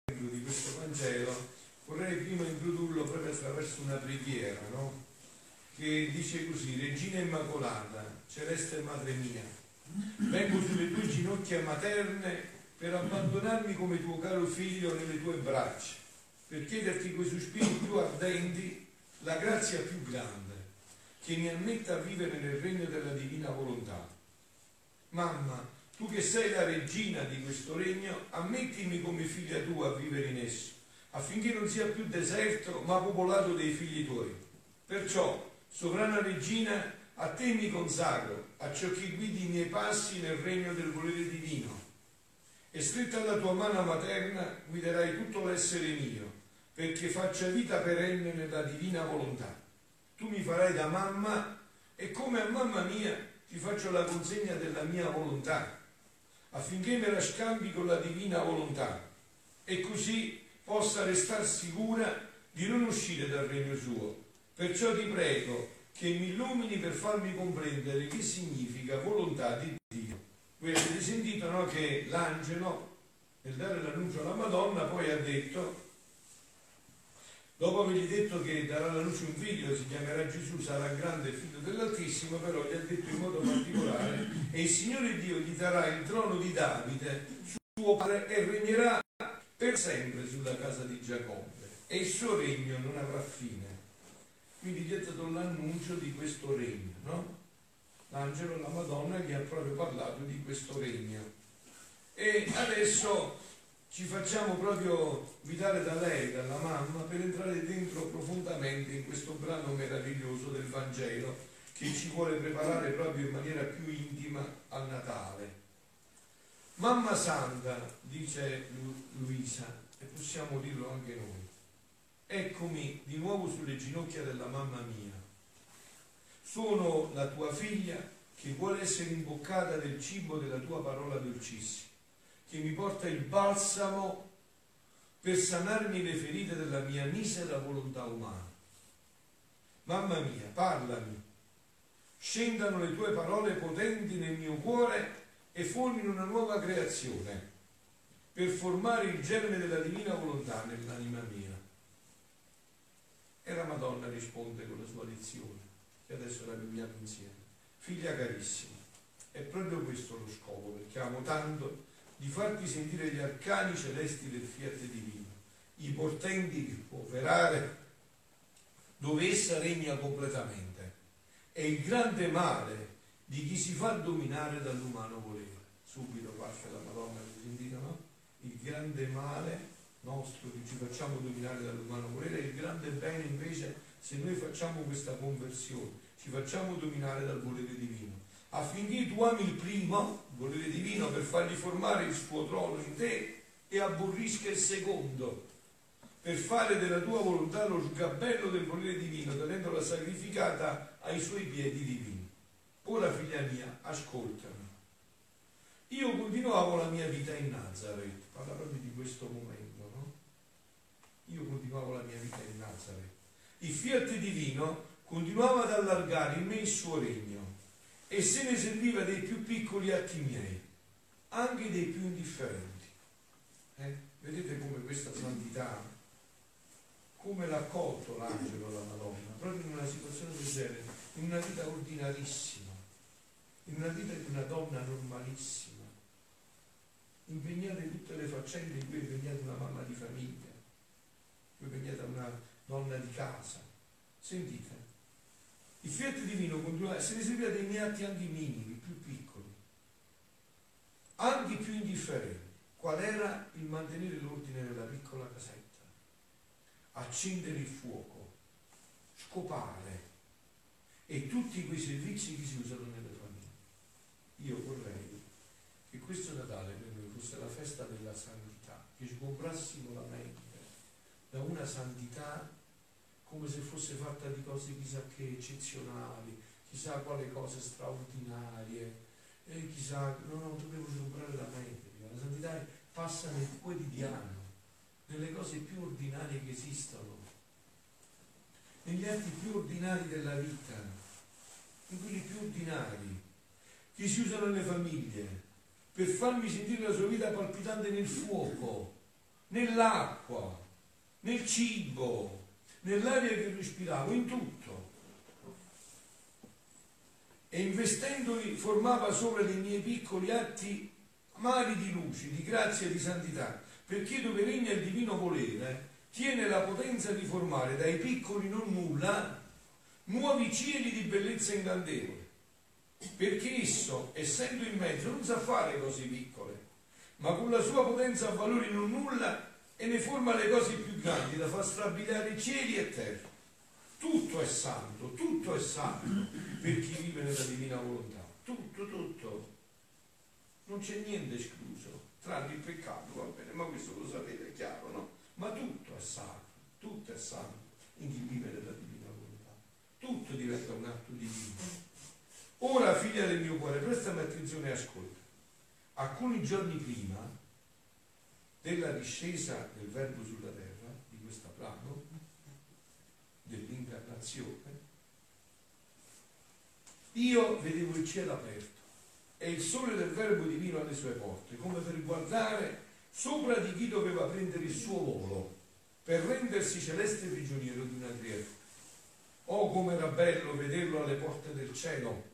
di questo Vangelo, vorrei prima introdurlo proprio attraverso una preghiera, no? Che dice così: Regina Immacolata, celeste Madre mia, vengo sulle tue ginocchia materne per abbandonarmi come tuo caro figlio nelle tue braccia, per chiederti coi sospiri più ardenti la grazia più grande che mi ammetta a vivere nel regno della divina volontà. Mamma, tu che sei la regina di questo regno, ammettimi come figlia tua a vivere in esso, affinché non sia più deserto ma popolato dei figli tuoi. Perciò, sovrana regina, a te mi consagro, a ciò che guidi i miei passi nel regno del volere divino, e stretta alla tua mano materna guiderai tutto l'essere mio, perché faccia vita perenne nella divina volontà. Tu mi farai da mamma e come a mamma mia ti faccio la consegna della mia volontà, affinché me la scambi con la divina volontà e così possa restar sicura di non uscire dal regno suo. Perciò ti prego che mi illumini per farmi comprendere che significa volontà di Dio. Voi avete sentito, no, che l'angelo, nel dare l'annuncio alla Madonna, poi ha detto, dopo avergli detto che darà alla luce un figlio, si chiamerà Gesù, sarà grande figlio dell'Altissimo, però gli ha detto in modo particolare: e il Signore Dio gli darà il trono di Davide, suo padre, e regnerà per sempre sulla casa di Giacobbe, e il suo regno non avrà fine. Quindi gli è dato l'annuncio di questo regno, no? L'angelo e la Madonna gli ha proprio parlato di questo regno. E adesso ci facciamo proprio guidare da lei, dalla mamma, per entrare dentro profondamente in questo brano meraviglioso del Vangelo che ci vuole preparare proprio in maniera più intima al Natale. Mamma Santa, dice Luisa, e possiamo dirlo anche noi, eccomi di nuovo sulle ginocchia della mamma mia. Sono la tua figlia che vuole essere imboccata del cibo della tua parola dolcissima, che mi porta il balsamo per sanarmi le ferite della mia misera volontà umana. Mamma mia, parlami, scendano le tue parole potenti nel mio cuore e formino una nuova creazione per formare il germe della divina volontà nell'anima mia. E la Madonna risponde con la sua lezione, che adesso la viviamo insieme. Figlia carissima, è proprio questo lo scopo, perché amo tanto di farti sentire gli arcani celesti del fiat divino, i portenti di operare dove essa regna completamente. È il grande male di chi si fa dominare dall'umano volere. Subito parte la Madonna, avete sentito, no? Il grande male nostro che ci facciamo dominare dall'umano volere, e il grande bene invece se noi facciamo questa conversione, ci facciamo dominare dal volere divino, affinché tu ami il primo, il volere divino, per fargli formare il suo trono in te, e aborrisca il secondo, per fare della tua volontà lo sgabello del volere divino, tenendola sacrificata ai suoi piedi divini. Ora, figlia mia, ascoltami. Io continuavo la mia vita in Nazareth, parla proprio di questo momento, no? Io continuavo la mia vita in Nazareth. Il fiat divino continuava ad allargare in me il suo regno, e se ne serviva dei più piccoli atti miei, anche dei più indifferenti. Vedete come questa santità, come l'ha accolto l'angelo, la Madonna, proprio in una situazione del genere, in una vita ordinarissima, in una vita di una donna normalissima, impegnata in tutte le faccende in cui è impegnata una mamma di famiglia, in cui è impegnata una donna di casa. Sentite, il fiat divino continua, se ne serviva dei miei atti anche minimi, più piccoli, anche più indifferenti. Qual era? Il mantenere l'ordine nella piccola casetta, accendere il fuoco, scopare, e tutti quei servizi che si usano nelle famiglie. Io vorrei che questo Natale per noi fosse la festa della santità, che ci comprassimo la mente da una santità come se fosse fatta di cose chissà che eccezionali, chissà quale cose straordinarie, e chissà, no, dobbiamo comprare la mente. La santità passa nel quotidiano, nelle cose più ordinarie che esistono, negli atti più ordinari della vita, in quelli più ordinari che si usano nelle famiglie, per farmi sentire la sua vita palpitante nel fuoco, nell'acqua, nel cibo, nell'aria che respiravo, in tutto. E investendoli formava sopra dei miei piccoli atti mari di luce, di grazia e di santità, perché dove regna il divino volere tiene la potenza di formare dai piccoli non nulla nuovi cieli di bellezza incantevole, perché esso, essendo in mezzo, non sa fare cose piccole, ma con la sua potenza ha valori non nulla e ne forma le cose più grandi da far strabiliare cieli e terra. Tutto è santo per chi vive nella divina volontà. Tutto. Non c'è niente escluso, tranne il peccato, va bene, ma questo lo sapete, è chiaro, no? Ma tutto è santo in chi vive nella divina volontà. Tutto diventa un atto divino. Ora, figlia del mio cuore, prestami attenzione e ascolta. Alcuni giorni prima della discesa del Verbo sulla terra, di questa brano, dell'incarnazione, io vedevo il cielo aperto e il sole del Verbo divino alle sue porte, come per guardare sopra di chi doveva prendere il suo volo per rendersi celeste prigioniero di una creatura. Oh, come era bello vederlo alle porte del cielo,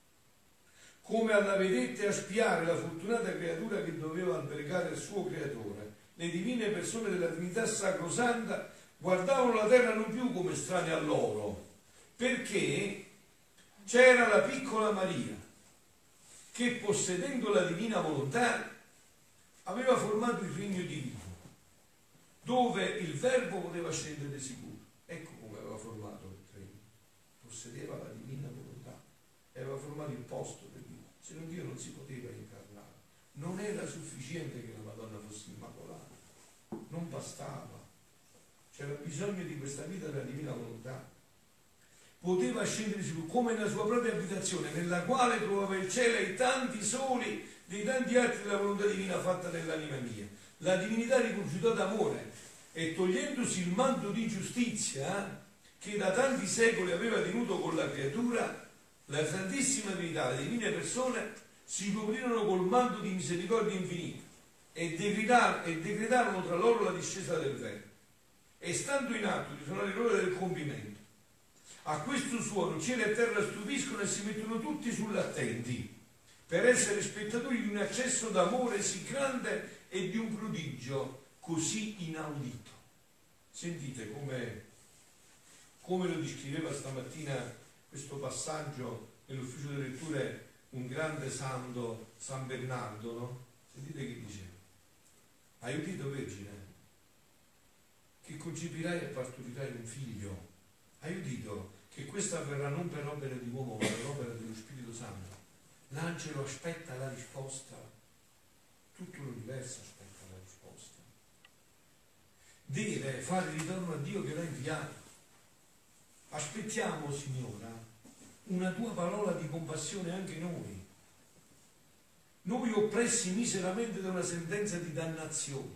come alla vedette a spiare la fortunata creatura che doveva albergare il suo creatore. Le divine persone della Trinità Sacrosanta guardavano la terra non più come estranei a loro, perché c'era la piccola Maria che, possedendo la divina volontà, aveva formato il regno divino, dove il Verbo poteva scendere sicuro. Ecco come aveva formato il regno. Possedeva la divina volontà e aveva formato il posto per Dio. Se non Dio non si poteva incarnare. Non era sufficiente che la Madonna fosse immacolata, non bastava. C'era bisogno di questa vita della divina volontà. Poteva scendere sicuro come nella sua propria abitazione, nella quale trovava il cielo e i tanti soli dei tanti atti della volontà divina fatta nell'anima mia. La divinità rigurgitò d'amore e, togliendosi il manto di giustizia che da tanti secoli aveva tenuto con la creatura, la Santissima Trinità, le divine persone si coprirono col manto di misericordia infinita e decretarono tra loro la discesa del Verbo. E stando in atto di suonare l'ora del compimento, a questo suono cielo e terra stupiscono e si mettono tutti sull'attenti per essere spettatori di un accesso d'amore sì grande e di un prodigio così inaudito. Sentite come lo descriveva stamattina questo passaggio nell'ufficio delle letture un grande santo, San Bernardo, no? Sentite che diceva: hai udito, Vergine, che concepirai e partorirai un figlio? Hai udito che questo avverrà non per opera di uomo ma per opera dello Spirito Santo? L'angelo aspetta la risposta, tutto l'universo aspetta la risposta. Deve fare ritorno a Dio che l'ha inviato. Aspettiamo, Signora, una tua parola di compassione anche noi oppressi miseramente da una sentenza di dannazione.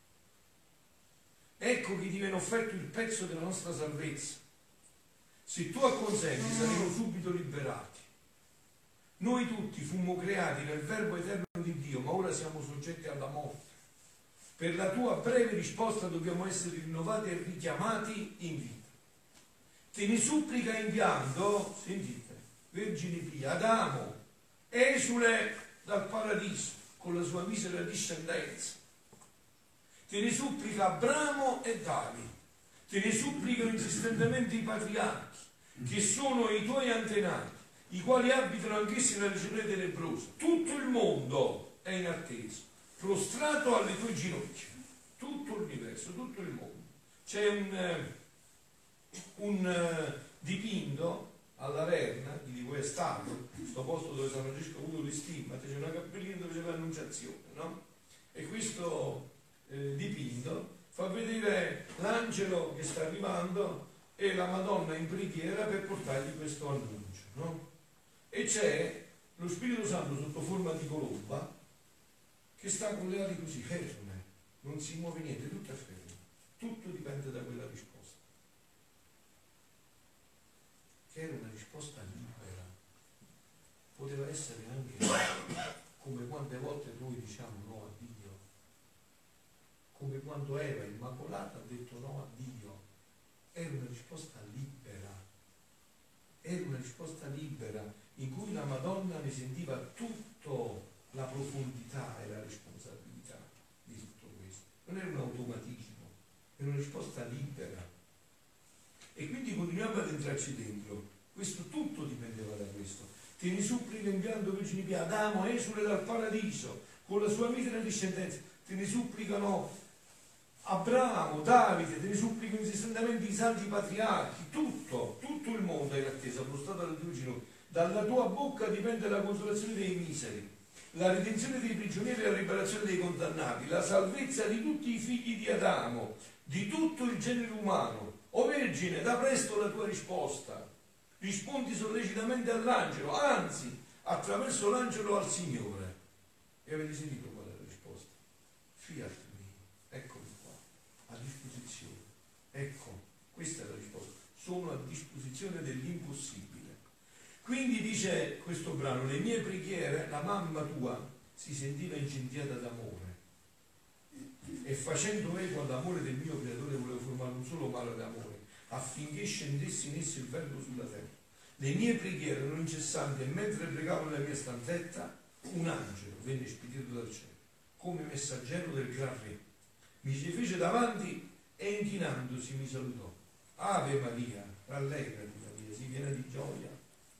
Ecco che ti viene offerto il pezzo della nostra salvezza. Se tu acconsenti, saremo subito liberati. Noi tutti fummo creati nel Verbo eterno di Dio, ma ora siamo soggetti alla morte. Per la tua breve risposta dobbiamo essere rinnovati e richiamati in vita. Te ne supplica inviando, sentite, Vergine Pia, Adamo, esule dal paradiso con la sua misera discendenza. Te ne supplica Abramo e Davide. Te ne supplicano insistentemente i patriarchi, che sono i tuoi antenati, i quali abitano anch'essi nelle regioni tenebrose. Tutto il mondo è in attesa, prostrato alle tue ginocchia. Tutto l'universo, tutto il mondo. C'è un dipinto alla Verna, di voi è stato, questo posto dove San Francesco ha avuto l'estima, c'è una cappellina dove c'è l'annunciazione, no? E questo dipinto fa vedere l'angelo che sta arrivando e la Madonna in preghiera per portargli questo annuncio, no? E c'è lo Spirito Santo sotto forma di colomba che sta con le ali così ferme, non si muove niente, tutto è fermo, tutto dipende da quella risposta, che era una risposta libera. Poteva essere anche come quante volte noi diciamo no a Dio, come quando Eva immacolata ha detto no a Dio. Era una risposta libera, era una risposta libera in cui la Madonna ne sentiva tutta la profondità e la responsabilità di tutto questo. Non era un automatismo, era una risposta libera. E quindi continuiamo ad entrarci dentro. Questo tutto dipendeva da questo. Te ne supplico impianto Vergine Pia, Adamo esule dal paradiso con la sua misera discendenza. Te ne supplicano Abramo, Davide, te ne supplicano insistentemente i santi patriarchi, tutto il mondo è in attesa, prostrato alle tue ginocchia. Dalla tua bocca dipende la consolazione dei miseri, la redenzione dei prigionieri e la liberazione dei condannati, la salvezza di tutti i figli di Adamo, di tutto il genere umano. O Vergine, da presto la tua risposta. Rispondi sollecitamente all'angelo, anzi, attraverso l'angelo al Signore. E avete sentito qual è la risposta? Fiat mio, eccomi qua, a disposizione. Ecco, questa è la risposta. Sono a disposizione dell'impossibile. Quindi dice questo brano, le mie preghiere, la mamma tua si sentiva incendiata d'amore e facendo eco all'amore del mio creatore voleva formare un solo mare d'amore affinché scendesse in esso il verbo sulla terra. Le mie preghiere erano incessanti e mentre pregavo nella mia stanzetta un angelo venne spedito dal cielo come messaggero del gran re, mi si fece davanti e inchinandosi mi salutò. Ave Maria, rallegrati Maria, sii piena di gioia.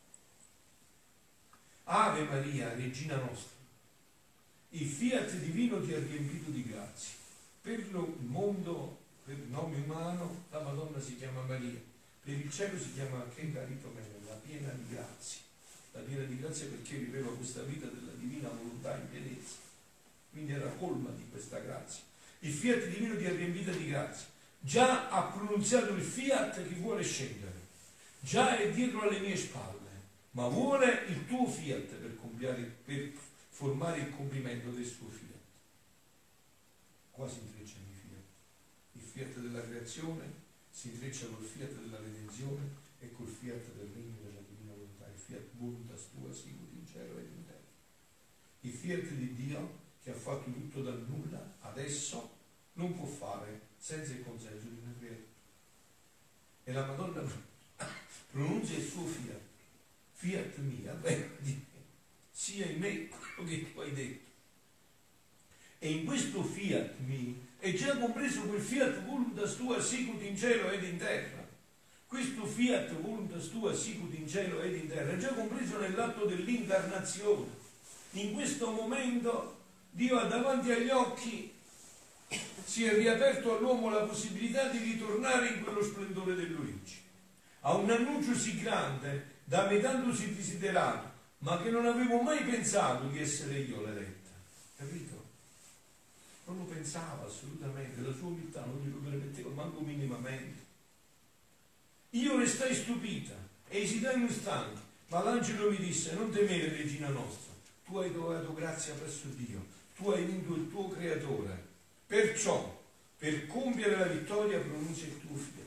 Ave Maria, Regina nostra, il fiat divino ti ha riempito di grazie. Per il mondo, per il nome umano, la Madonna si chiama Maria, per il cielo si chiama Kengaritomene, la piena di grazie. La piena di grazia perché viveva questa vita della divina volontà in pienezza, quindi era colma di questa grazia. Il fiat divino ti ha riempito di grazia, già ha pronunziato il fiat che vuole scendere, già è dietro alle mie spalle, ma vuole il tuo fiat per formare il compimento del suo fiat. Qua si intrecciano i fiat. Il fiat della creazione si intreccia col fiat della redenzione e col fiat del regno della divina volontà. Il fiat voluntas tua sicut in cielo ed in terra. Il fiat di Dio che ha fatto tutto dal nulla, adesso non può fare senza il consenso di una creatura. E la Madonna pronuncia il suo fiat. Fiat mia, sia in me quello che tu hai detto. E in questo fiat mi è già compreso quel fiat voluntas tua sicut in cielo ed in terra. Questo fiat voluntas tua sicut in cielo ed in terra è già compreso nell'atto dell'incarnazione. In questo momento Dio ha davanti agli occhi, si è riaperto all'uomo la possibilità di ritornare in quello splendore dell'origine. A un annuncio sì grande da me tanto si desiderato, ma che non avevo mai pensato di essere io l'eletta. Capito? Non lo pensava assolutamente, la sua umiltà non glielo permetteva manco minimamente. Io restai stupita e esitai un istante, ma l'angelo mi disse: non temere, Regina nostra, tu hai trovato grazia presso Dio, tu hai vinto il tuo creatore, perciò per compiere la vittoria pronuncia il tuo fiat.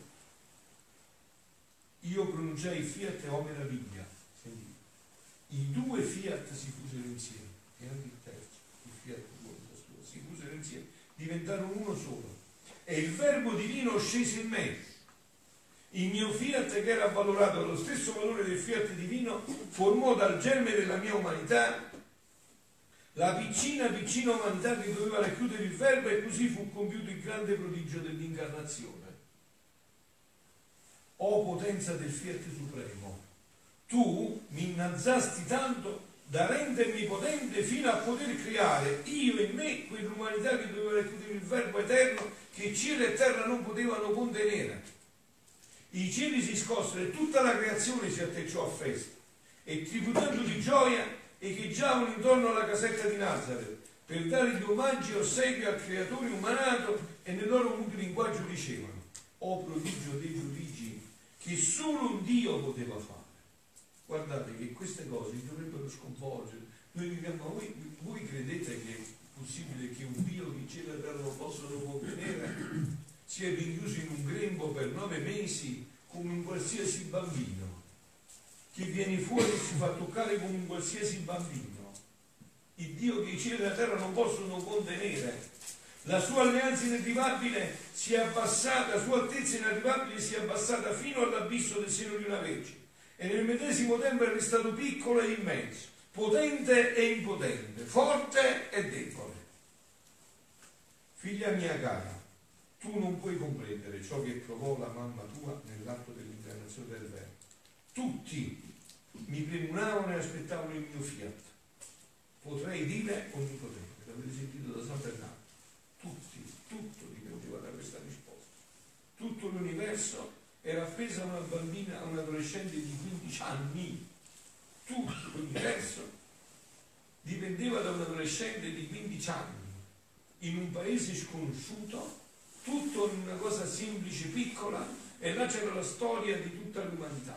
Io pronunciai il fiat e ho meraviglia. Sentite. I due fiat si fusero insieme, e anche il terzo, il fiat si fusero insieme, diventarono uno solo. E il verbo divino scese in me. Il mio fiat, che era valorato allo stesso valore del fiat divino, formò dal germe della mia umanità la piccina umanità che doveva racchiudere il verbo, e così fu compiuto il grande prodigio dell'incarnazione. O potenza del fiat supremo, tu mi innalzasti tanto da rendermi potente fino a poter creare io in me quell'umanità che doveva racchiudere il verbo eterno che cielo e terra non potevano contenere. I cieli si scossero e tutta la creazione si attecciò a festa, e tributando di gioia echeggiavano intorno alla casetta di Nazareth per dare gli omaggi e ossequio al creatore umanato, e nel loro muto linguaggio dicevano: o prodigio dei prodigi che solo un Dio poteva fare. Guardate che queste cose dovrebbero sconvolgere. Noi diciamo: voi credete che è possibile che un Dio che cielo e terra non possono contenere sia rinchiuso in un grembo per 9 mesi come un qualsiasi bambino, che viene fuori e si fa toccare come un qualsiasi bambino? Il Dio che i cieli e la terra non possono contenere La sua alleanza inarrivabile si è abbassata, la sua altezza inarrivabile si è abbassata fino all'abisso del seno di una vergine, e nel medesimo tempo è restato piccolo e immenso, potente e impotente, forte e debole. Figlia mia cara, tu non puoi comprendere ciò che provò la mamma tua nell'atto dell'incarnazione del Verbo. Tutti mi premunavano e aspettavano il mio fiat. Potrei dire onnipotente, l'avete sentito da San Bernardo. Tutto dipendeva da questa risposta. Tutto l'universo era appeso a una bambina, a un adolescente di 15 anni. Tutto l'universo dipendeva da un adolescente di 15 anni, in un paese sconosciuto, tutto in una cosa semplice, piccola, e là c'era la storia di tutta l'umanità.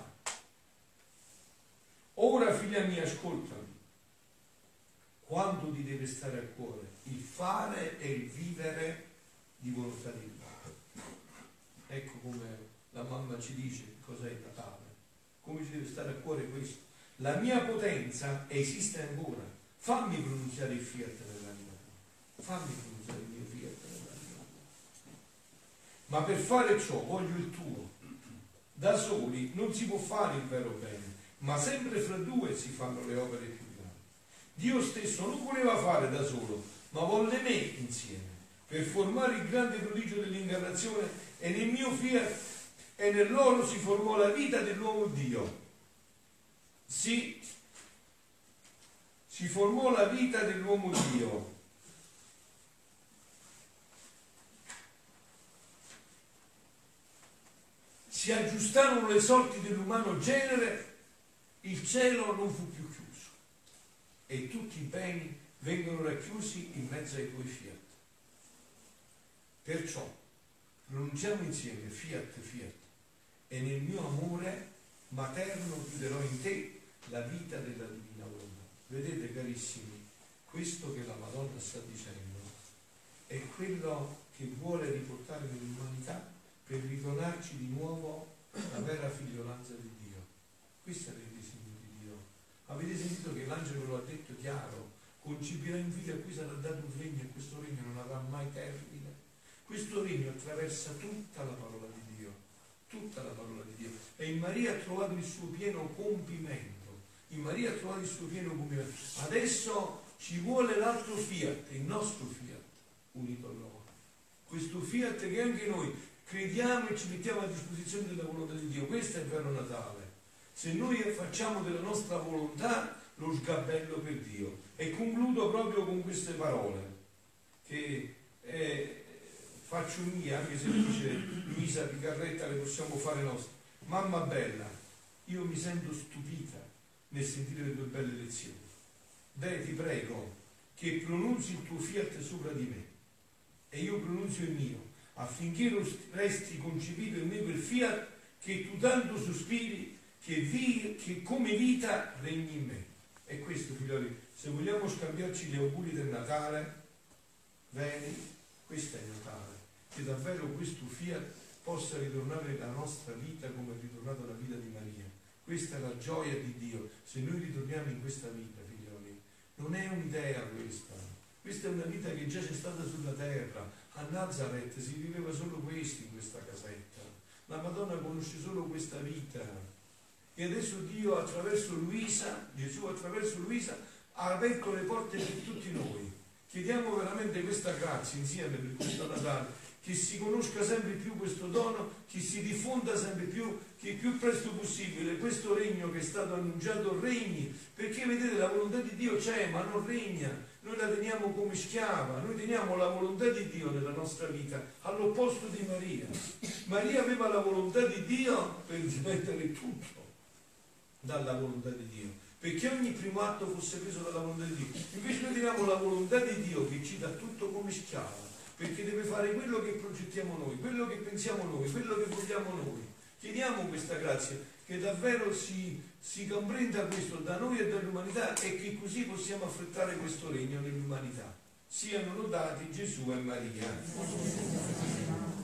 Ora, figlia mia, ascoltami. Quanto ti deve stare a cuore il fare e il vivere di volontà di Dio. Ecco come la mamma ci dice cos'è il Natale, come ci deve stare a cuore questo. La mia potenza esiste ancora. Fammi pronunziare il fiat nell'anima tua. Fammi pronunziare il mio fiat nell'anima tua. Ma per fare ciò voglio il tuo. Da soli non si può fare il vero bene, ma sempre fra due si fanno le opere più grandi. Dio stesso non voleva fare da solo, ma volle me insieme, per formare il grande prodigio dell'incarnazione, e nel mio fiat e nell'oro si formò la vita dell'uomo Dio. Sì, si formò la vita dell'uomo Dio. Si aggiustarono le sorti dell'umano genere, il cielo non fu più chiuso e tutti i beni vengono racchiusi in mezzo ai tuoi fiat. Perciò pronunciamo insieme fiat, fiat, e nel mio amore materno chiuderò in te la vita della divina volontà. Vedete, carissimi, questo che la Madonna sta dicendo è quello che vuole riportare nell'umanità per ritornarci di nuovo la vera figliolanza di Dio. Questo era il disegno di Dio. Avete sentito che l'angelo lo ha detto chiaro: concipirà in figlio a cui sarà dato un regno, e questo regno non avrà mai termine. Questo regno attraversa tutta la parola di Dio, tutta la parola di Dio, e in Maria ha trovato il suo pieno compimento. In Maria ha trovato il suo pieno compimento. Adesso ci vuole l'altro fiat, il nostro fiat, unito a loro. Questo fiat che anche noi crediamo e ci mettiamo a disposizione della volontà di Dio. Questo è il vero Natale. Se noi facciamo della nostra volontà lo sgabello per Dio. E concludo proprio con queste parole che faccio mie, anche se dice Luisa Picarretta, le possiamo fare nostre. Mamma bella, io mi sento stupita nel sentire le tue belle lezioni. Beh, ti prego che pronunzi il tuo fiat sopra di me e io pronunzio il mio, affinché resti concepito in me quel fiat che tu tanto sospiri, che come vita regni in me. E questo, figlioli, se vogliamo scambiarci gli auguri del Natale, bene, questo è il Natale, che davvero questo fiat possa ritornare nella nostra vita come è ritornata la vita di Maria. Questa è la gioia di Dio. Se noi ritorniamo in questa vita, figlioli, non è un'idea questa è una vita che già c'è stata sulla terra. A Nazareth si viveva solo questo in questa casetta. La Madonna conosce solo questa vita. E adesso Dio attraverso Luisa, Gesù attraverso Luisa, ha aperto le porte per tutti noi. Chiediamo veramente questa grazia insieme per questo Natale, che si conosca sempre più questo dono, che si diffonda sempre più, che il più presto possibile questo regno che è stato annunciato regni, perché vedete la volontà di Dio c'è ma non regna. Noi la teniamo come schiava, noi teniamo la volontà di Dio nella nostra vita, all'opposto di Maria. Maria aveva la volontà di Dio per smettere tutto dalla volontà di Dio, perché ogni primo atto fosse preso dalla volontà di Dio. Invece noi teniamo la volontà di Dio che ci dà tutto come schiava, perché deve fare quello che progettiamo noi, quello che pensiamo noi, quello che vogliamo noi. Chiediamo questa grazia, che davvero si comprenda questo da noi e dall'umanità, e che così possiamo affrettare questo regno nell'umanità. Siano lodati Gesù e Maria.